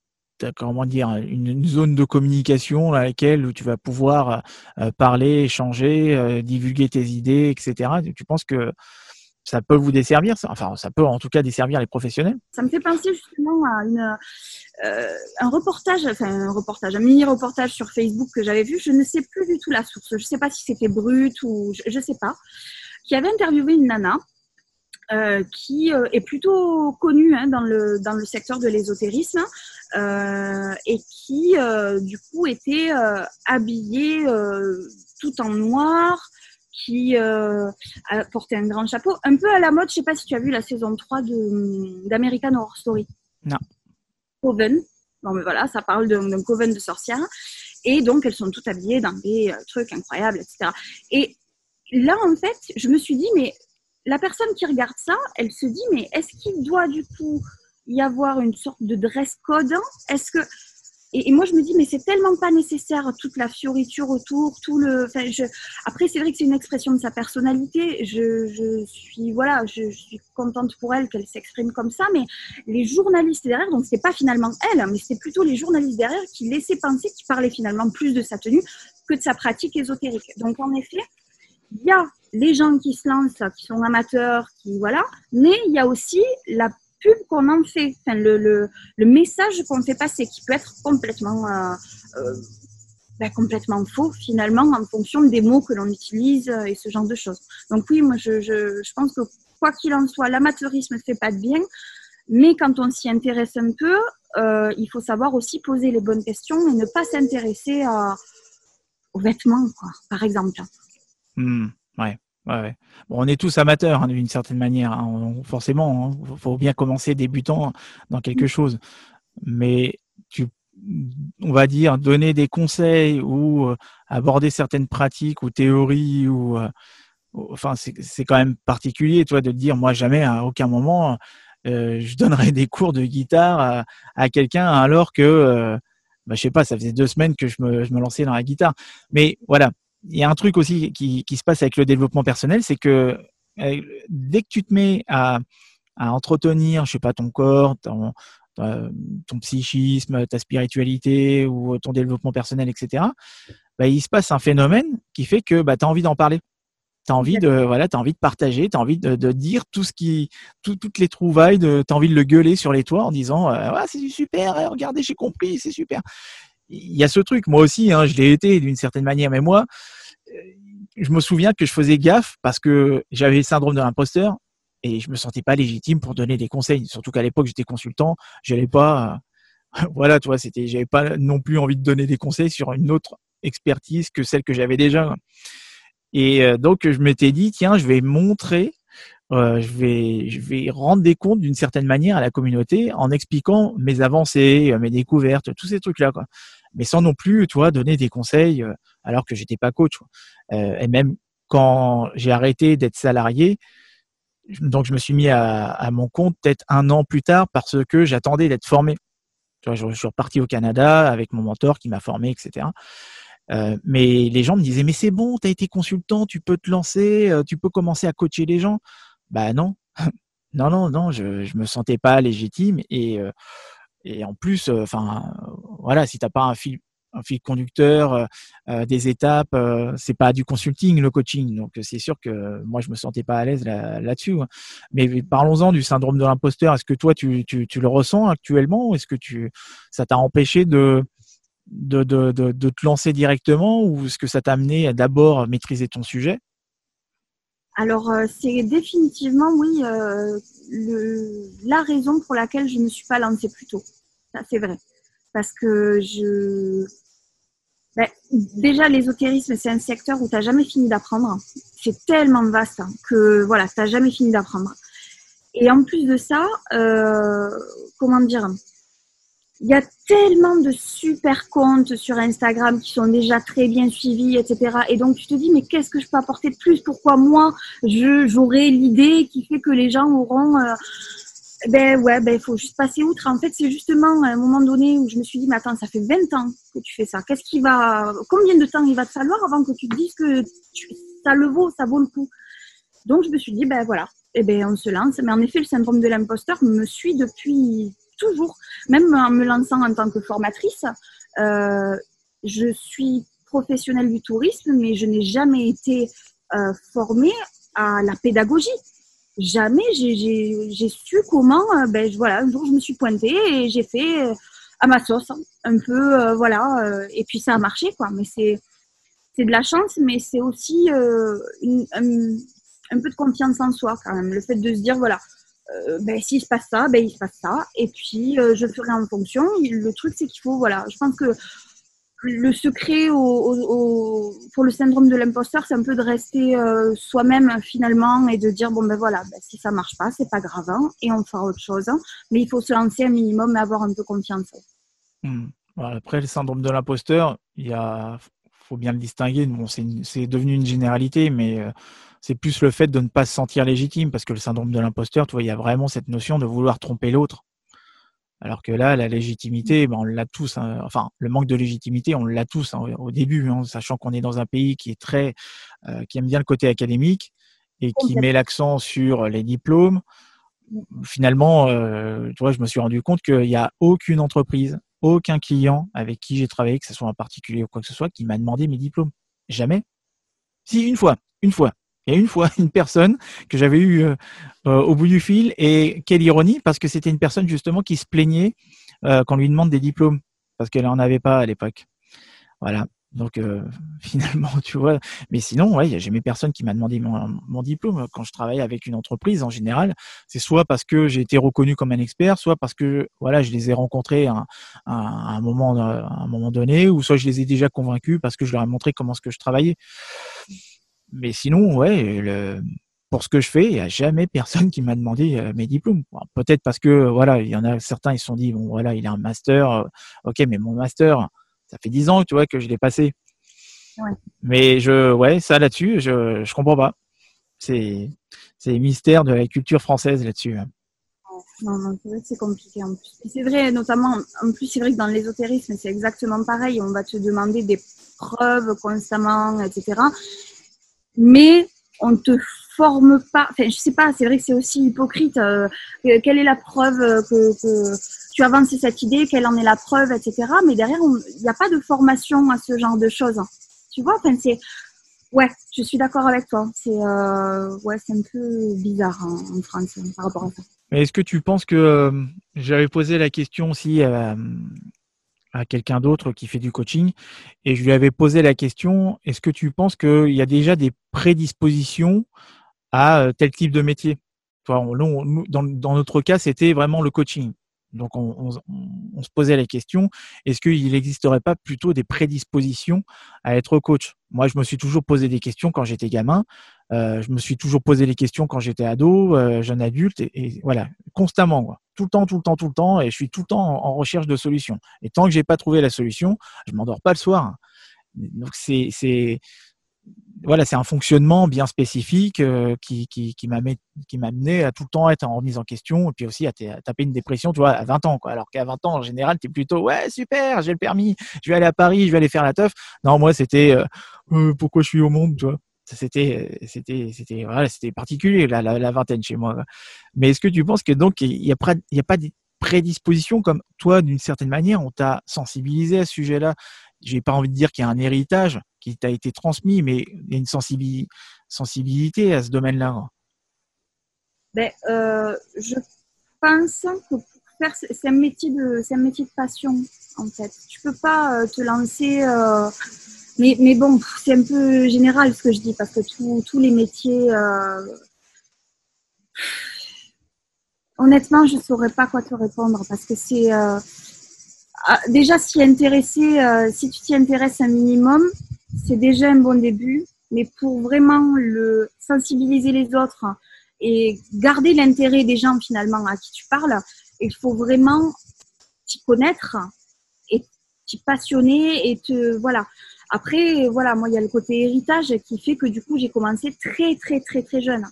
comment dire, une zone de communication dans laquelle où tu vas pouvoir parler, échanger, divulguer tes idées, etc. Tu penses que ça peut vous desservir, ça? Enfin, ça peut en tout cas desservir les professionnels? Ça me fait penser justement à un reportage, un mini-reportage sur Facebook que j'avais vu. Je ne sais plus du tout la source. Je ne sais pas si c'était Brut ou je ne sais pas. Qui avait interviewé une nana qui est plutôt connue dans le secteur de l'ésotérisme et qui, du coup, était habillée tout en noir, qui portait un grand chapeau, un peu à la mode. Je ne sais pas si tu as vu la saison 3 d'American Horror Story. Non. Coven. Bon, mais voilà, ça parle d'un coven de sorcières. Et donc, elles sont toutes habillées dans des trucs incroyables, etc. Et là, en fait, je me suis dit, mais la personne qui regarde ça, elle se dit, mais est-ce qu'il doit du coup y avoir une sorte de dress code? Est-ce que... Et moi, je me dis, mais c'est tellement pas nécessaire, toute la fioriture autour, tout le... Enfin, Après, c'est vrai que c'est une expression de sa personnalité. Je suis contente pour elle qu'elle s'exprime comme ça, mais les journalistes derrière, donc c'était pas finalement elle, mais c'était plutôt les journalistes derrière qui laissaient penser qu'ils parlaient finalement plus de sa tenue que de sa pratique ésotérique. Donc, en effet, il y a les gens qui se lancent, qui sont amateurs, mais il y a aussi la pub qu'on en fait, enfin, le message qu'on fait passer, qui peut être complètement faux finalement en fonction des mots que l'on utilise et ce genre de choses. Donc oui, moi je pense que quoi qu'il en soit, l'amateurisme ne fait pas de bien, mais quand on s'y intéresse un peu, il faut savoir aussi poser les bonnes questions et ne pas s'intéresser aux vêtements, quoi, par exemple. Ouais. Ouais. Bon, on est tous amateurs d'une certaine manière. Forcément, faut bien commencer débutant dans quelque chose. Mais on va dire, donner des conseils ou aborder certaines pratiques ou théories enfin, c'est quand même particulier, toi, de te dire, moi, jamais, à aucun moment, je donnerai des cours de guitare à quelqu'un alors que, je sais pas, ça faisait 2 semaines que je me lançais dans la guitare. Mais voilà. Il y a un truc aussi qui se passe avec le développement personnel, c'est que dès que tu te mets à entretenir, je sais pas, ton corps, ton psychisme, ta spiritualité ou ton développement personnel, etc., il se passe un phénomène qui fait que tu as envie d'en parler. Tu as envie de partager, tu as envie de dire toutes les trouvailles, tu as envie de le gueuler sur les toits en disant c'est super, regardez, j'ai compris, c'est super. Il y a ce truc, moi aussi, je l'ai été d'une certaine manière, mais moi, je me souviens que je faisais gaffe parce que j'avais le syndrome de l'imposteur et je me sentais pas légitime pour donner des conseils. Surtout qu'à l'époque, j'étais consultant, j'allais pas, j'avais pas non plus envie de donner des conseils sur une autre expertise que celle que j'avais déjà. Et donc, je m'étais dit, tiens, je vais montrer. Je vais rendre des comptes d'une certaine manière à la communauté en expliquant mes avancées, mes découvertes, tous ces trucs-là, quoi. Mais sans non plus, donner des conseils alors que j'étais pas coach. Et même quand j'ai arrêté d'être salarié, donc je me suis mis à mon compte peut-être 1 an plus tard parce que j'attendais d'être formé. Je suis reparti au Canada avec mon mentor qui m'a formé, etc. Mais les gens me disaient, mais c'est bon, tu as été consultant, tu peux te lancer, tu peux commencer à coacher les gens. Non, non, je me sentais pas légitime et en plus, si t'as pas un fil conducteur, des étapes, c'est pas du consulting le coaching, donc c'est sûr que moi je me sentais pas à l'aise là-dessus. Mais parlons-en du syndrome de l'imposteur. Est-ce que toi tu le ressens actuellement ou est-ce que ça t'a empêché de te lancer directement ou est-ce que ça t'a amené à d'abord maîtriser ton sujet? Alors, c'est définitivement, oui, la raison pour laquelle je ne me suis pas lancée plus tôt. Ça, c'est vrai. Parce que déjà, l'ésotérisme, c'est un secteur où tu n'as jamais fini d'apprendre. C'est tellement vaste que, tu n'as jamais fini d'apprendre. Et en plus de ça, comment dire, il y a tellement de super comptes sur Instagram qui sont déjà très bien suivis, etc. Et donc, tu te dis, mais qu'est-ce que je peux apporter de plus? Pourquoi moi, j'aurai l'idée qui fait que les gens auront... il faut juste passer outre. En fait, c'est justement à un moment donné où je me suis dit, mais attends, ça fait 20 ans que tu fais ça. Combien de temps il va te falloir avant que tu te dises que ça vaut le coup? Donc, je me suis dit, on se lance. Mais en effet, le syndrome de l'imposteur me suit depuis toujours, même en me lançant en tant que formatrice, je suis professionnelle du tourisme, mais je n'ai jamais été formée à la pédagogie. Jamais j'ai su comment, voilà, un jour je me suis pointée et j'ai fait à ma sauce, un peu, et puis ça a marché, quoi. Mais c'est de la chance, mais c'est aussi un peu de confiance en soi, quand même. Le fait de se dire, voilà, s'il se passe ça, il se passe ça, et puis je ferai en fonction. Le truc, c'est qu'il faut, voilà, je pense que le secret pour le syndrome de l'imposteur, c'est un peu de rester soi-même finalement et de dire si ça marche pas, c'est pas grave hein, et on fera autre chose. Hein, mais il faut se lancer un minimum et avoir un peu confiance. Voilà, après, le syndrome de l'imposteur, faut bien le distinguer. Bon, c'est devenu une généralité, mais c'est plus le fait de ne pas se sentir légitime, parce que le syndrome de l'imposteur, tu vois, il y a vraiment cette notion de vouloir tromper l'autre. Alors que là, la légitimité, on l'a tous. Hein. Enfin, le manque de légitimité, on l'a tous hein, au début, hein, sachant qu'on est dans un pays qui est qui aime bien le côté académique et qui met l'accent sur les diplômes. Finalement, tu vois, je me suis rendu compte qu'il n'y a aucune entreprise, aucun client avec qui j'ai travaillé, que ce soit un particulier ou quoi que ce soit, qui m'a demandé mes diplômes. Jamais. Si, une fois. Il y a une fois une personne que j'avais eue au bout du fil, et quelle ironie, parce que c'était une personne justement qui se plaignait qu'on lui demande des diplômes, parce qu'elle n'en avait pas à l'époque. Voilà. Donc finalement, tu vois. Mais sinon, ouais, il n'y a jamais personne qui m'a demandé mon diplôme. Quand je travaille avec une entreprise, en général, c'est soit parce que j'ai été reconnu comme un expert, soit parce que voilà, je les ai rencontrés à un moment donné, ou soit je les ai déjà convaincus parce que je leur ai montré comment ce que je travaillais. Mais sinon, ouais, pour ce que je fais, il n'y a jamais personne qui m'a demandé mes diplômes. Bon, peut-être parce que voilà, il y en a certains, ils se sont dit bon voilà, il a un master, ok, mais mon master, ça fait 10 ans, tu vois, que je l'ai passé. Ouais. Mais ça là-dessus, je comprends pas. C'est mystère de la culture française là-dessus. Non, c'est vrai que c'est compliqué en plus. Et c'est vrai, notamment, en plus, c'est vrai que dans l'ésotérisme, c'est exactement pareil. On va te demander des preuves constamment, etc. Mais on ne te forme pas. Enfin, je sais pas, c'est vrai que c'est aussi hypocrite. Quelle est la preuve que tu as avancé cette idée? Quelle en est la preuve, etc. Mais derrière, il n'y a pas de formation à ce genre de choses. Tu vois, enfin, ouais, je suis d'accord avec toi. C'est un peu bizarre en France par rapport à ça. Mais est-ce que tu penses que j'avais posé la question aussi à quelqu'un d'autre qui fait du coaching, et je lui avais posé la question, est-ce que tu penses qu'il y a déjà des prédispositions à tel type de métier? Enfin, dans notre cas, c'était vraiment le coaching. Donc, on se posait la question, est-ce qu'il n'existerait pas plutôt des prédispositions à être coach? Moi, je me suis toujours posé des questions quand j'étais gamin. Je me suis toujours posé les questions quand j'étais ado, jeune adulte, et voilà, constamment, quoi. Tout le temps, et je suis tout le temps en recherche de solutions. Et tant que j'ai pas trouvé la solution, je m'endors pas le soir. Donc c'est un fonctionnement bien spécifique qui m'a amené à tout le temps être en remise en question, et puis aussi à taper une dépression, tu vois, à 20 ans, quoi. Alors qu'à 20 ans, en général, tu es plutôt ouais, super, j'ai le permis, je vais aller à Paris, je vais aller faire la teuf. Non, moi, c'était pourquoi je suis au monde, tu vois. C'était particulier la vingtaine chez moi. Mais est-ce que tu penses que donc il y a pas de prédisposition, comme toi, d'une certaine manière, on t'a sensibilisé à ce sujet-là? J'ai pas envie de dire qu'il y a un héritage qui t'a été transmis, mais il y a une sensibilité à ce domaine-là. Je pense que c'est un métier de passion, en fait. Tu peux pas te lancer. Mais bon, c'est un peu général ce que je dis, parce que tous les métiers. Honnêtement, je saurais pas quoi te répondre, parce que c'est déjà si tu t'y intéresses un minimum, c'est déjà un bon début. Mais pour vraiment sensibiliser les autres et garder l'intérêt des gens finalement à qui tu parles, il faut vraiment t'y connaître et t'y passionner voilà. Après, voilà, moi il y a le côté héritage qui fait que du coup j'ai commencé très très très très jeune.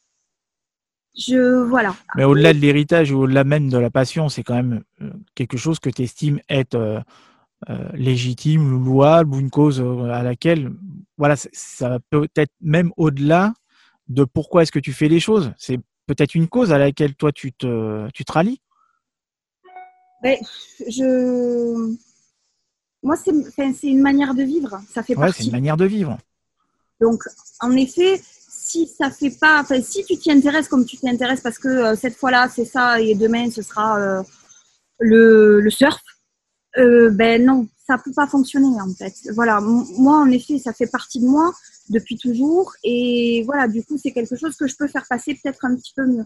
Voilà. Mais au-delà de l'héritage ou au-delà même de la passion, c'est quand même quelque chose que tu estimes être légitime, louable, ou une cause à laquelle, voilà, ça peut être même au-delà de pourquoi est-ce que tu fais les choses. C'est peut-être une cause à laquelle toi tu te rallies. Ouais, je... Moi, c'est une manière de vivre. Ça fait Ouais, c'est partie. une manière de vivre. Donc, en effet, si ça fait pas, enfin, si tu t'y intéresses comme tu t'y intéresses parce que cette fois-là, c'est ça et demain, ce sera le surf, ben non, ça peut pas fonctionner en fait. Voilà, moi, en effet, ça fait partie de moi depuis toujours et voilà, du coup, c'est quelque chose que je peux faire passer peut-être un petit peu mieux.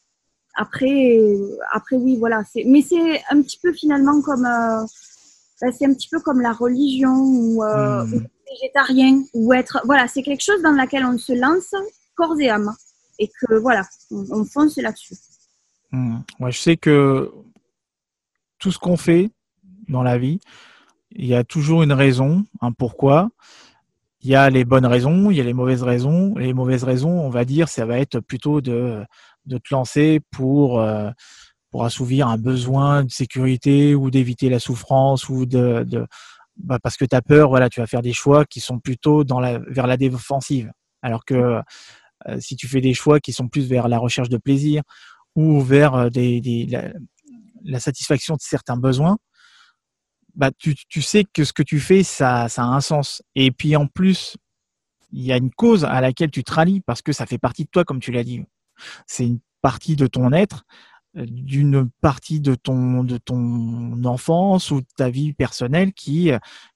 Après oui, voilà. Mais c'est un petit peu finalement comme, c'est un petit peu comme la religion ou être végétarien ou être, voilà, c'est quelque chose dans laquelle on se lance corps et âme et que voilà, on fonce là-dessus. Ouais, je sais que tout ce qu'on fait dans la vie, il y a toujours une raison, un pourquoi. Il y a les bonnes raisons, il y a les mauvaises raisons. Les mauvaises raisons, on va dire, ça va être plutôt de te lancer pour assouvir un besoin de sécurité ou d'éviter la souffrance ou parce que tu as peur, voilà, tu vas faire des choix qui sont plutôt vers la défensive. Alors que si tu fais des choix qui sont plus vers la recherche de plaisir ou vers la satisfaction de certains besoins, bah tu sais que ce que tu fais, ça a un sens. Et puis en plus, il y a une cause à laquelle tu te rallies parce que ça fait partie de toi, comme tu l'as dit. C'est une partie de ton être, d'une partie de ton enfance ou de ta vie personnelle qui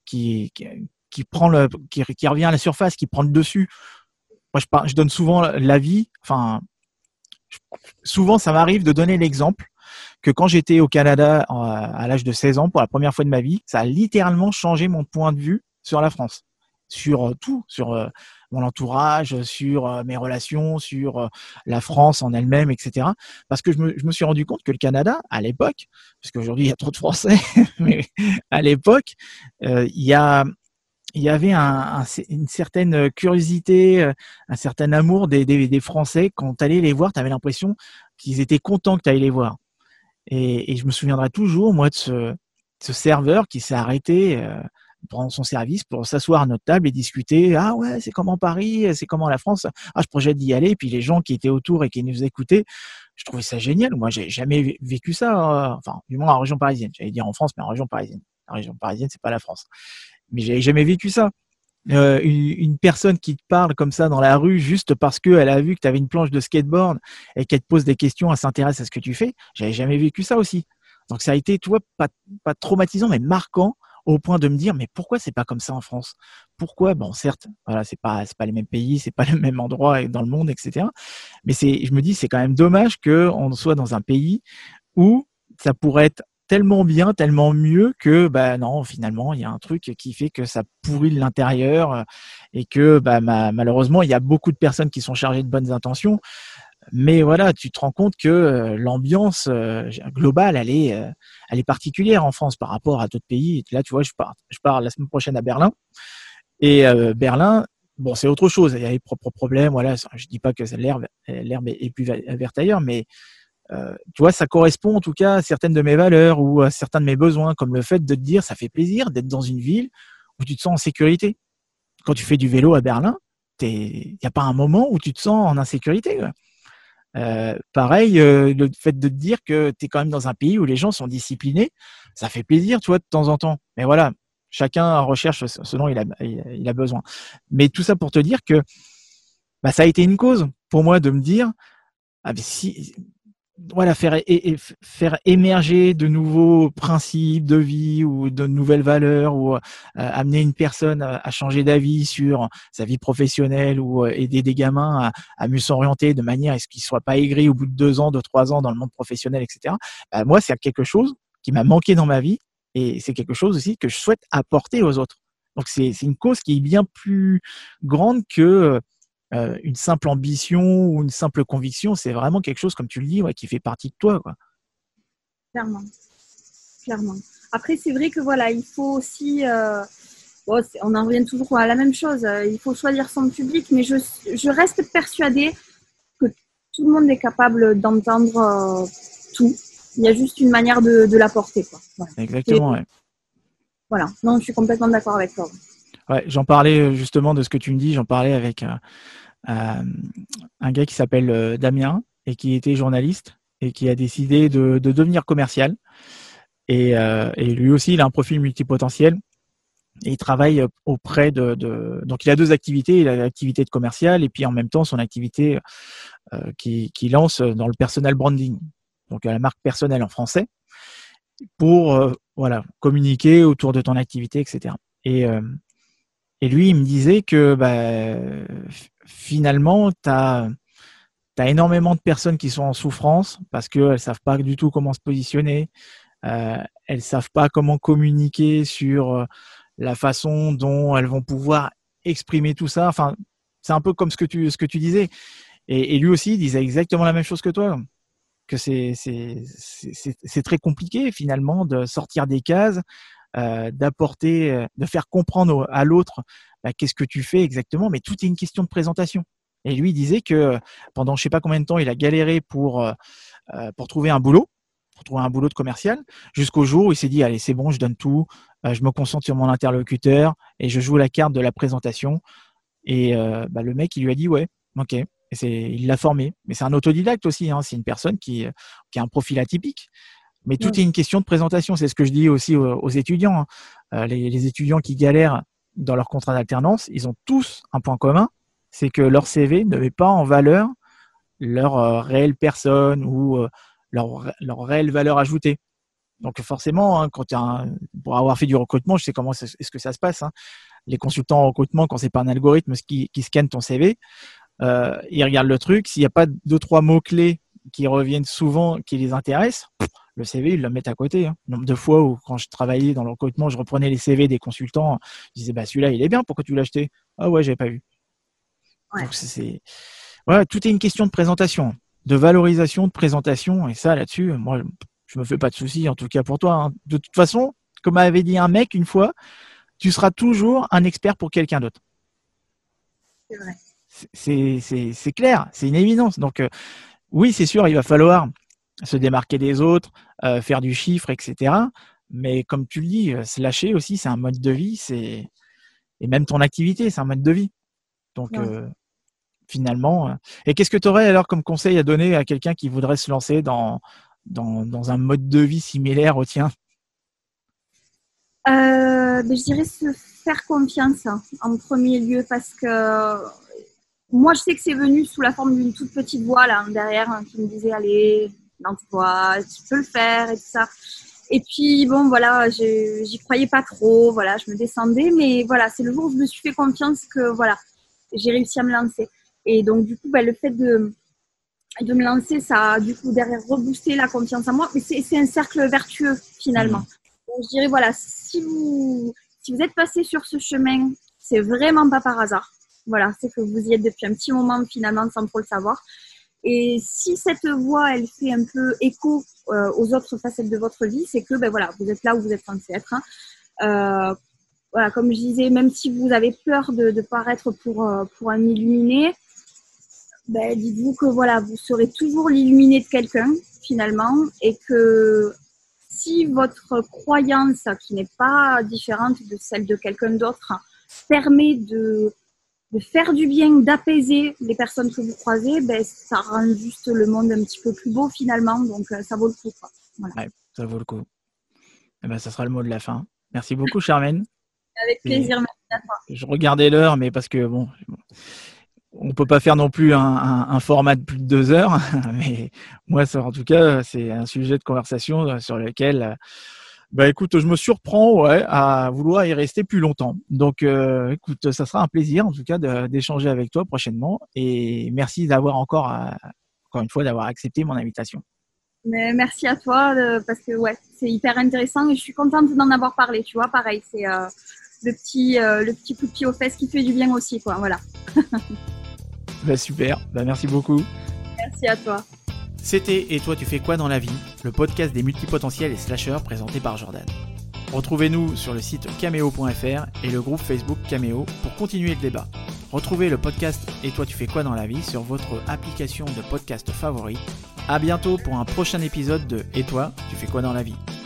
revient à la surface, qui prend le dessus. Moi, je donne souvent l'avis. Enfin, souvent, ça m'arrive de donner l'exemple que quand j'étais au Canada à l'âge de 16 ans, pour la première fois de ma vie, ça a littéralement changé mon point de vue sur la France, sur tout, sur mon entourage, sur mes relations, sur la France en elle-même, etc. Parce que je me suis rendu compte que le Canada, à l'époque, parce qu'aujourd'hui il y a trop de Français, mais à l'époque, il y avait une certaine curiosité, un certain amour des Français. Quand tu allais les voir, tu avais l'impression qu'ils étaient contents que tu ailles les voir. Et je me souviendrai toujours, moi, de ce serveur qui s'est arrêté pendant son service pour s'asseoir à notre table et discuter. Ah ouais, c'est comment Paris, c'est comment la France. Ah, je projette d'y aller. Et puis les gens qui étaient autour et qui nous écoutaient, je trouvais ça génial. Moi, j'ai jamais vécu ça. Enfin, du moins en région parisienne. J'allais dire en France, mais en région parisienne. La région parisienne, c'est pas la France. Mais j'avais jamais vécu ça. Une personne qui te parle comme ça dans la rue juste parce qu'elle a vu que tu avais une planche de skateboard et qu'elle te pose des questions, elle s'intéresse à ce que tu fais, j'avais jamais vécu ça aussi. Donc ça a été, tu vois, pas traumatisant, mais marquant au point de me dire, mais pourquoi c'est pas comme ça en France? Pourquoi? Bon, certes, voilà, c'est pas les mêmes pays, c'est pas le même endroit dans le monde, etc. Mais je me dis, c'est quand même dommage qu'on soit dans un pays où ça pourrait être tellement bien, tellement mieux que bah non, finalement, il y a un truc qui fait que ça pourrit l'intérieur et que bah malheureusement, il y a beaucoup de personnes qui sont chargées de bonnes intentions, mais voilà, tu te rends compte que l'ambiance globale, elle est particulière en France par rapport à d'autres pays. Et là, tu vois, je pars la semaine prochaine à Berlin et Berlin. Bon, c'est autre chose. Il y a les propres problèmes. Voilà, je dis pas que l'herbe est plus verte ailleurs, mais tu vois, ça correspond en tout cas à certaines de mes valeurs ou à certains de mes besoins, comme le fait de te dire, ça fait plaisir d'être dans une ville où tu te sens en sécurité. Quand tu fais du vélo à Berlin, il n'y a pas un moment où tu te sens en insécurité. Pareil, le fait de te dire que tu es quand même dans un pays où les gens sont disciplinés, ça fait plaisir, tu vois, de temps en temps. Mais voilà, chacun recherche ce dont il a besoin. Mais tout ça pour te dire que bah, ça a été une cause pour moi de me dire, ah, mais si, voilà, faire émerger de nouveaux principes de vie ou de nouvelles valeurs ou amener une personne à changer d'avis sur sa vie professionnelle ou aider des gamins à mieux s'orienter de manière à ce qu'ils ne soient pas aigris au bout de 2 ans, de 3 ans dans le monde professionnel, etc. Bah, moi, c'est quelque chose qui m'a manqué dans ma vie et c'est quelque chose aussi que je souhaite apporter aux autres. Donc, c'est une cause qui est bien plus grande que une simple ambition ou une simple conviction. C'est vraiment quelque chose, comme tu le dis, ouais, qui fait partie de toi, quoi. Clairement, clairement. Après, c'est vrai que voilà, il faut aussi, on en revient toujours à la même chose. Il faut choisir son public, mais je reste persuadée que tout le monde est capable d'entendre tout. Il y a juste une manière de l'apporter, quoi. Voilà. Exactement, ouais. Voilà. Non, je suis complètement d'accord avec toi. Ouais, j'en parlais justement de ce que tu me dis. J'en parlais avec un gars qui s'appelle Damien et qui était journaliste et qui a décidé de devenir commercial. Et lui aussi, il a un profil multipotentiel. Et il travaille auprès donc il a 2 activités. Il a l'activité de commercial et puis en même temps son activité qu'il lance dans le personal branding, donc la marque personnelle en français, pour communiquer autour de ton activité, etc. Et lui, il me disait que finalement, tu as énormément de personnes qui sont en souffrance parce qu'elles ne savent pas du tout comment se positionner, elles ne savent pas comment communiquer sur la façon dont elles vont pouvoir exprimer tout ça. Enfin, c'est un peu comme ce que tu disais. Et lui aussi, il disait exactement la même chose que toi, que c'est très compliqué finalement de sortir des cases, d'apporter, de faire comprendre à l'autre qu'est-ce que tu fais exactement, mais tout est une question de présentation. Et lui, il disait que pendant je ne sais pas combien de temps, il a galéré pour trouver un boulot, de commercial, jusqu'au jour où il s'est dit, allez, c'est bon, je donne tout, je me concentre sur mon interlocuteur et je joue la carte de la présentation. Et le mec, il lui a dit, ouais, ok. Et il l'a formé. Mais c'est un autodidacte aussi, hein. C'est une personne qui a un profil atypique. Mais tout est une question de présentation. C'est ce que je dis aussi aux étudiants, hein. Les étudiants qui galèrent dans leur contrat d'alternance, ils ont tous un point commun, c'est que leur CV ne met pas en valeur leur réelle personne ou leur réelle valeur ajoutée. Donc forcément, hein, pour avoir fait du recrutement, je sais comment est-ce que ça se passe, hein. Les consultants en recrutement, quand c'est pas un algorithme qui scanne ton CV, ils regardent le truc. S'il n'y a pas 2-3 mots-clés qui reviennent souvent, qui les intéressent, le CV, ils le mettent à côté, hein. Nombre de fois où, quand je travaillais dans le recrutement, je reprenais les CV des consultants, je disais, celui-là, il est bien, pourquoi tu l'as acheté? Ah ouais, j'avais pas vu. Ouais. Donc tout est une question de présentation, de valorisation, de présentation, et ça, là-dessus, moi, je me fais pas de soucis, en tout cas pour toi, hein. De toute façon, comme m'avait dit un mec une fois, tu seras toujours un expert pour quelqu'un d'autre. C'est vrai. C'est clair, c'est une évidence. Donc, oui, c'est sûr, il va falloir se démarquer des autres, faire du chiffre, etc. Mais comme tu le dis, se lâcher aussi, c'est un mode de vie, et même ton activité, c'est un mode de vie. Donc, finalement, et qu'est-ce que tu aurais alors comme conseil à donner à quelqu'un qui voudrait se lancer dans un mode de vie similaire au tien? Je dirais se faire confiance, hein, en premier lieu, parce que moi, je sais que c'est venu sous la forme d'une toute petite voix là derrière, hein, qui me disait allez, lance-toi, tu peux le faire et tout ça. Et puis bon, voilà, j'y croyais pas trop, voilà, je me descendais, mais voilà, c'est le jour où je me suis fait confiance que voilà, j'ai réussi à me lancer. Et donc du coup, le fait de me lancer, ça a du coup derrière reboosté la confiance en moi, mais c'est un cercle vertueux finalement. Donc, je dirais voilà, si vous êtes passé sur ce chemin, c'est vraiment pas par hasard. Voilà, c'est que vous y êtes depuis un petit moment finalement sans trop le savoir. Et si cette voix, elle fait un peu écho aux autres facettes de votre vie, c'est que voilà, vous êtes là où vous êtes censé être, hein. Voilà, comme je disais, même si vous avez peur de paraître pour un illuminé, dites-vous que voilà, vous serez toujours l'illuminé de quelqu'un finalement, et que si votre croyance, qui n'est pas différente de celle de quelqu'un d'autre, permet de faire du bien, d'apaiser les personnes que vous croisez, ça rend juste le monde un petit peu plus beau finalement, donc ça vaut le coup, quoi. Voilà. Ouais, ça vaut le coup. Ça sera le mot de la fin. Merci beaucoup, Charmaine. Avec plaisir, merci à toi. Je regardais l'heure, mais parce que on peut pas faire non plus un format de plus de 2 heures, mais moi, en tout cas, c'est un sujet de conversation sur lequel, écoute, je me surprends à vouloir y rester plus longtemps. Donc, écoute, ça sera un plaisir, en tout cas, d'échanger avec toi prochainement. Et merci d'avoir encore une fois, d'avoir accepté mon invitation. Mais merci à toi, parce que c'est hyper intéressant et je suis contente d'en avoir parlé. Tu vois, pareil, c'est le petit coup de pied aux fesses qui fait du bien aussi, quoi. Voilà. Super, merci beaucoup. Merci à toi. C'était Et toi tu fais quoi dans la vie, le podcast des multipotentiels et slasheurs présenté par Jordan. Retrouvez-nous sur le site cameo.fr et le groupe Facebook Cameo pour continuer le débat. Retrouvez le podcast Et toi tu fais quoi dans la vie sur votre application de podcast favori. À bientôt pour un prochain épisode de Et toi tu fais quoi dans la vie.